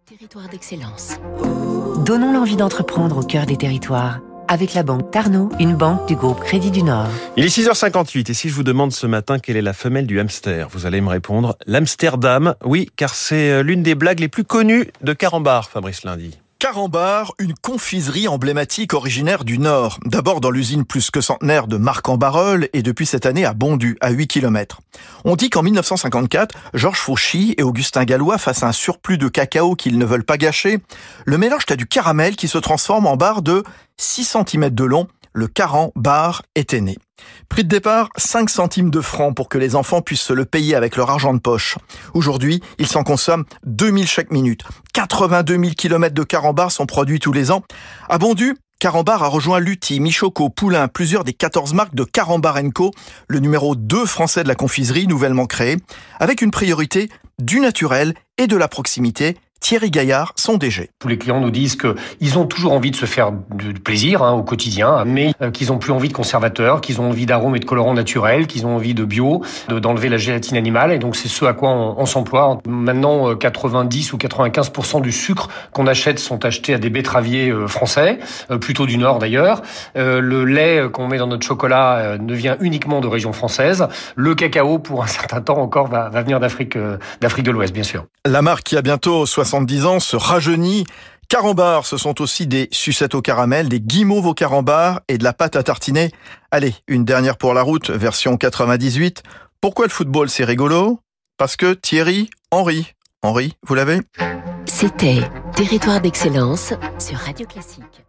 Territoire d'excellence. Donnons l'envie d'entreprendre au cœur des territoires. Avec la banque Tarno, une banque du groupe Crédit du Nord. Il est 6h58 et si je vous demande ce matin quelle est la femelle du hamster, vous allez me répondre l'Amsterdam. Oui, car c'est l'une des blagues les plus connues de Carambar, Fabrice Lundy. Carambar, une confiserie emblématique originaire du Nord. D'abord dans l'usine plus que centenaire de Marc-en-Barœul et depuis cette année à Bondu, à 8 km. On dit qu'en 1954, Georges Fauchy et Augustin Gallois, face à un surplus de cacao qu'ils ne veulent pas gâcher, le mélange a du caramel qui se transforme en barre de 6 cm de long. Le Carambar était né. Prix de départ, 5 centimes de francs pour que les enfants puissent se le payer avec leur argent de poche. Aujourd'hui, ils s'en consomment 2000 chaque minute. 82 000 km de Carambar sont produits tous les ans. À Bondu, Carambar a rejoint Lutti, Michoco, Poulain, plusieurs des 14 marques de Carambar & Co, le numéro 2 français de la confiserie nouvellement créé, avec une priorité du naturel et de la proximité. Thierry Gaillard, son DG. Tous les clients nous disent qu'ils ont toujours envie de se faire du plaisir au quotidien, mais qu'ils ont plus envie de conservateurs, qu'ils ont envie d'arômes et de colorants naturels, qu'ils ont envie de bio, d'enlever la gélatine animale. Et donc c'est ce à quoi on s'emploie. Maintenant, 90 ou 95% du sucre qu'on achète sont achetés à des betteraviers français, plutôt du Nord d'ailleurs. Le lait qu'on met dans notre chocolat ne vient uniquement de régions françaises. Le cacao, pour un certain temps encore, va venir d'Afrique de l'Ouest, bien sûr. La marque qui a bientôt 70 ans se rajeunit. Carambar, ce sont aussi des sucettes au caramel, des guimauves au carambar et de la pâte à tartiner. Allez, une dernière pour la route, version 98. Pourquoi le football, c'est rigolo ? Parce que Thierry Henry, vous l'avez ? C'était Territoire d'excellence sur Radio Classique.